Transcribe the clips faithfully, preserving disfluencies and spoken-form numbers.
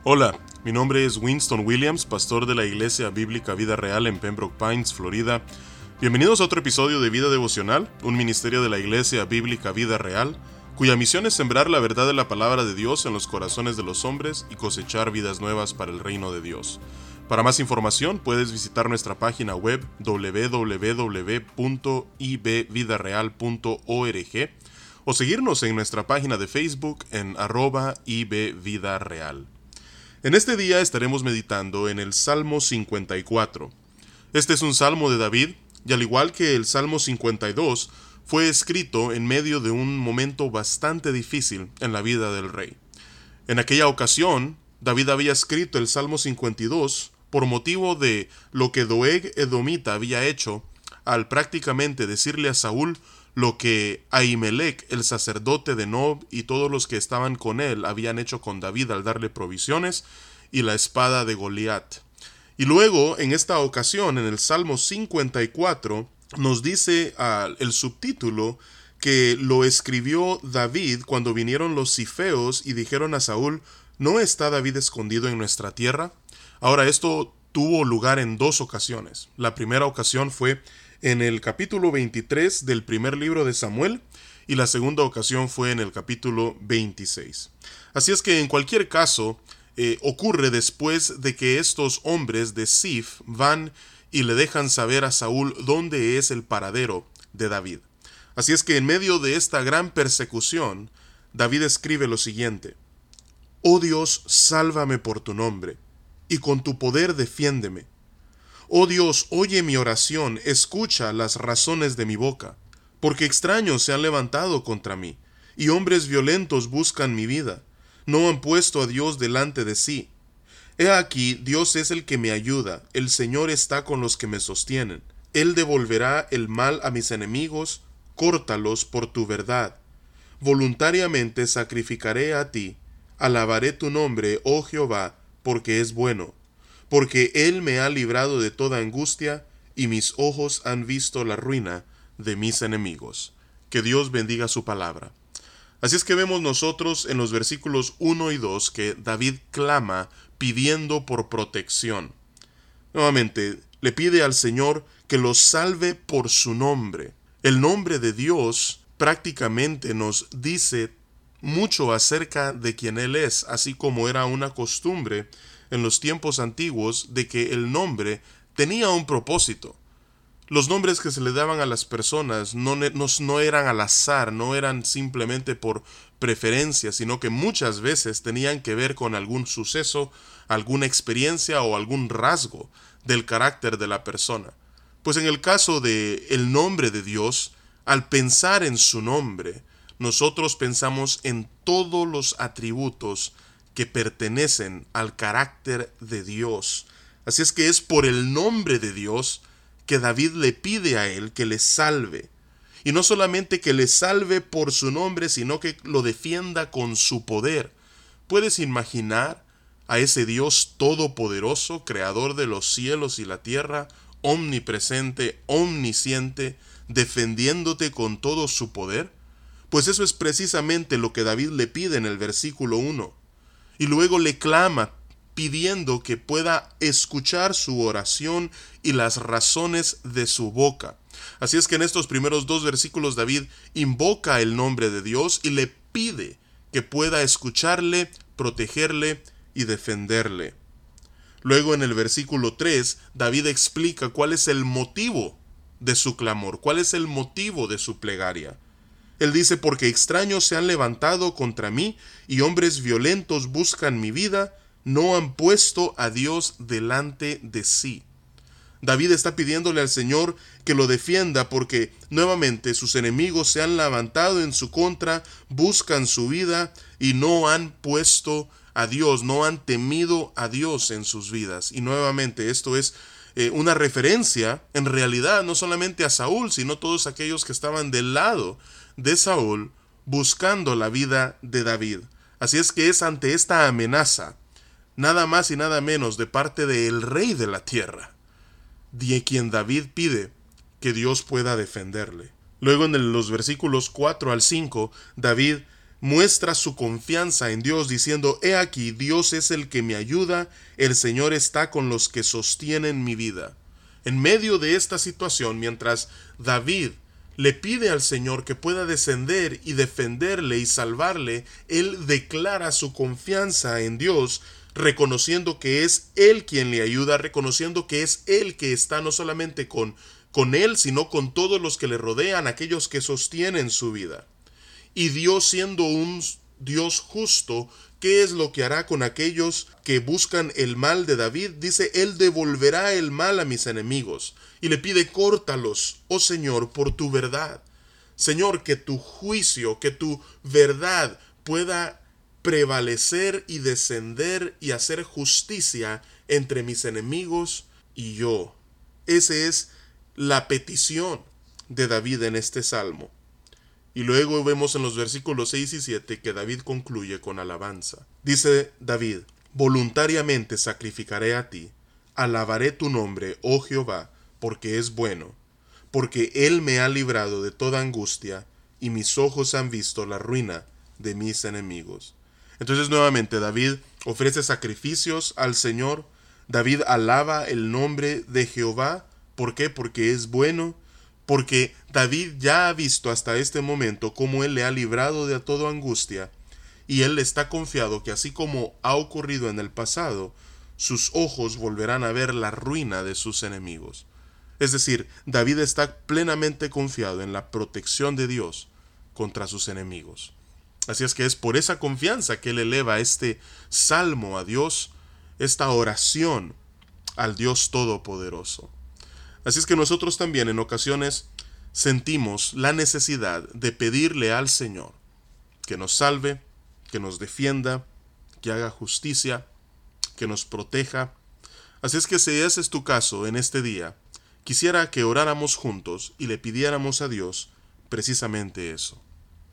Hola, mi nombre es Winston Williams, pastor de la Iglesia Bíblica Vida Real en Pembroke Pines, Florida. Bienvenidos a otro episodio de Vida Devocional, un ministerio de la Iglesia Bíblica Vida Real, cuya misión es sembrar la verdad de la palabra de Dios en los corazones de los hombres y cosechar vidas nuevas para el reino de Dios. Para más información puedes visitar nuestra página web doble u doble u doble u punto i b vida real punto org o seguirnos en nuestra página de Facebook en arroba ibvidareal. En este día estaremos meditando en el Salmo cincuenta y cuatro. Este es un salmo de David, y al igual que el Salmo cincuenta y dos, fue escrito en medio de un momento bastante difícil en la vida del rey. En aquella ocasión, David había escrito el Salmo cincuenta y dos por motivo de lo que Doeg Edomita había hecho al prácticamente decirle a Saúl lo que Ahimelech, el sacerdote de Nob, y todos los que estaban con él habían hecho con David al darle provisiones y la espada de Goliat. Y luego, en esta ocasión, en el Salmo cincuenta y cuatro, nos dice uh, el subtítulo que lo escribió David cuando vinieron los cifeos y dijeron a Saúl: ¿no está David escondido en nuestra tierra? Ahora, esto tuvo lugar en dos ocasiones. La primera ocasión fue en el capítulo veintitrés del primer libro de Samuel, y la segunda ocasión fue en el capítulo veintiséis. Así es que en cualquier caso, eh, ocurre después de que estos hombres de Zif van y le dejan saber a Saúl dónde es el paradero de David. Así es que en medio de esta gran persecución, David escribe lo siguiente: «Oh Dios, sálvame por tu nombre, y con tu poder defiéndeme. Oh Dios, oye mi oración, escucha las razones de mi boca, porque extraños se han levantado contra mí, y hombres violentos buscan mi vida. No han puesto a Dios delante de sí. He aquí, Dios es el que me ayuda, el Señor está con los que me sostienen. Él devolverá el mal a mis enemigos, córtalos por tu verdad. Voluntariamente sacrificaré a ti, alabaré tu nombre, oh Jehová, porque es bueno. Porque Él me ha librado de toda angustia, y mis ojos han visto la ruina de mis enemigos». Que Dios bendiga su palabra. Así es que vemos nosotros en los versículos uno y dos que David clama pidiendo por protección. Nuevamente, le pide al Señor que lo salve por su nombre. El nombre de Dios prácticamente nos dice mucho acerca de quién Él es, así como era una costumbre en los tiempos antiguos de que el nombre tenía un propósito. Los nombres que se le daban a las personas no, no, no eran al azar, no eran simplemente por preferencia, sino que muchas veces tenían que ver con algún suceso, alguna experiencia o algún rasgo del carácter de la persona. Pues en el caso de el nombre de Dios, al pensar en su nombre, nosotros pensamos en todos los atributos que pertenecen al carácter de Dios. Así es que es por el nombre de Dios que David le pide a él que le salve. Y no solamente que le salve por su nombre, sino que lo defienda con su poder. ¿Puedes imaginar a ese Dios todopoderoso, creador de los cielos y la tierra, omnipresente, omnisciente, defendiéndote con todo su poder? Pues eso es precisamente lo que David le pide en el versículo uno. Y luego le clama pidiendo que pueda escuchar su oración y las razones de su boca. Así es que en estos primeros dos versículos David invoca el nombre de Dios y le pide que pueda escucharle, protegerle y defenderle. Luego en el versículo tres, David explica cuál es el motivo de su clamor, cuál es el motivo de su plegaria. Él dice: «Porque extraños se han levantado contra mí, y hombres violentos buscan mi vida, no han puesto a Dios delante de sí». David está pidiéndole al Señor que lo defienda porque nuevamente sus enemigos se han levantado en su contra, buscan su vida y no han puesto a Dios, no han temido a Dios en sus vidas. Y nuevamente esto es eh, una referencia en realidad no solamente a Saúl, sino a todos aquellos que estaban del lado de Saúl buscando la vida de David. Así es que es ante esta amenaza, nada más y nada menos de parte del rey de la tierra, de quien David pide que Dios pueda defenderle. Luego en los versículos cuatro al cinco, David muestra su confianza en Dios diciendo: he aquí, Dios es el que me ayuda, el Señor está con los que sostienen mi vida. En medio de esta situación, mientras David le pide al Señor que pueda descender y defenderle y salvarle, él declara su confianza en Dios, reconociendo que es Él quien le ayuda, reconociendo que es Él que está no solamente con, con él, sino con todos los que le rodean, aquellos que sostienen su vida. Y Dios, siendo un Dios justo, ¿qué es lo que hará con aquellos que buscan el mal de David? Dice: Él devolverá el mal a mis enemigos. Y le pide: córtalos, oh Señor, por tu verdad. Señor, que tu juicio, que tu verdad pueda prevalecer y descender y hacer justicia entre mis enemigos y yo. Esa es la petición de David en este salmo. Y luego vemos en los versículos seis y siete que David concluye con alabanza. Dice David: voluntariamente sacrificaré a ti, alabaré tu nombre, oh Jehová, porque es bueno, porque él me ha librado de toda angustia, y mis ojos han visto la ruina de mis enemigos. Entonces nuevamente David ofrece sacrificios al Señor. David alaba el nombre de Jehová. ¿Por qué? Porque es bueno. Porque David ya ha visto hasta este momento cómo él le ha librado de toda angustia, y él está confiado que así como ha ocurrido en el pasado, sus ojos volverán a ver la ruina de sus enemigos. Es decir, David está plenamente confiado en la protección de Dios contra sus enemigos. Así es que es por esa confianza que él eleva este salmo a Dios, esta oración al Dios Todopoderoso. Así es que nosotros también en ocasiones sentimos la necesidad de pedirle al Señor que nos salve, que nos defienda, que haga justicia, que nos proteja. Así es que si ese es tu caso en este día, quisiera que oráramos juntos y le pidiéramos a Dios precisamente eso.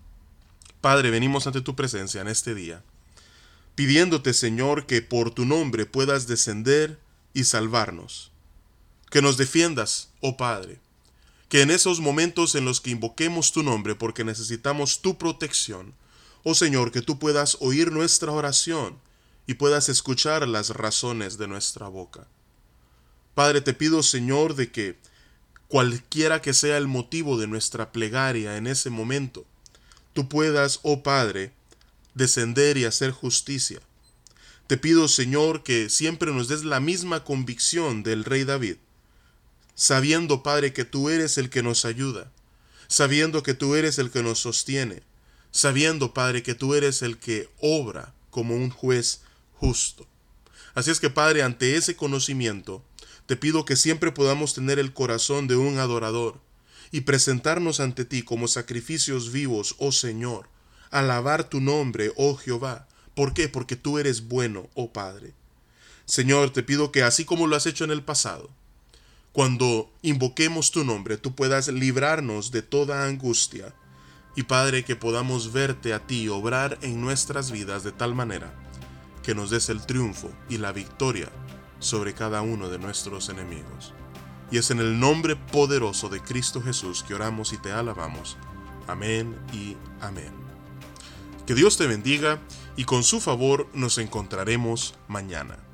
Padre, venimos ante tu presencia en este día, pidiéndote, Señor, que por tu nombre puedas descender y salvarnos. Que nos defiendas, oh Padre, que en esos momentos en los que invoquemos tu nombre porque necesitamos tu protección, oh Señor, que tú puedas oír nuestra oración y puedas escuchar las razones de nuestra boca. Padre, te pido, Señor, de que cualquiera que sea el motivo de nuestra plegaria en ese momento, tú puedas, oh Padre, descender y hacer justicia. Te pido, Señor, que siempre nos des la misma convicción del rey David, sabiendo, Padre, que tú eres el que nos ayuda, sabiendo que tú eres el que nos sostiene, sabiendo, Padre, que tú eres el que obra como un juez justo. Así es que, Padre, ante ese conocimiento, te pido que siempre podamos tener el corazón de un adorador y presentarnos ante ti como sacrificios vivos, oh Señor, alabar tu nombre, oh Jehová. ¿Por qué? Porque tú eres bueno, oh Padre. Señor, te pido que así como lo has hecho en el pasado, cuando invoquemos tu nombre, tú puedas librarnos de toda angustia. Y Padre, que podamos verte a ti obrar en nuestras vidas de tal manera que nos des el triunfo y la victoria sobre cada uno de nuestros enemigos. Y es en el nombre poderoso de Cristo Jesús que oramos y te alabamos. Amén y amén. Que Dios te bendiga y con su favor nos encontraremos mañana.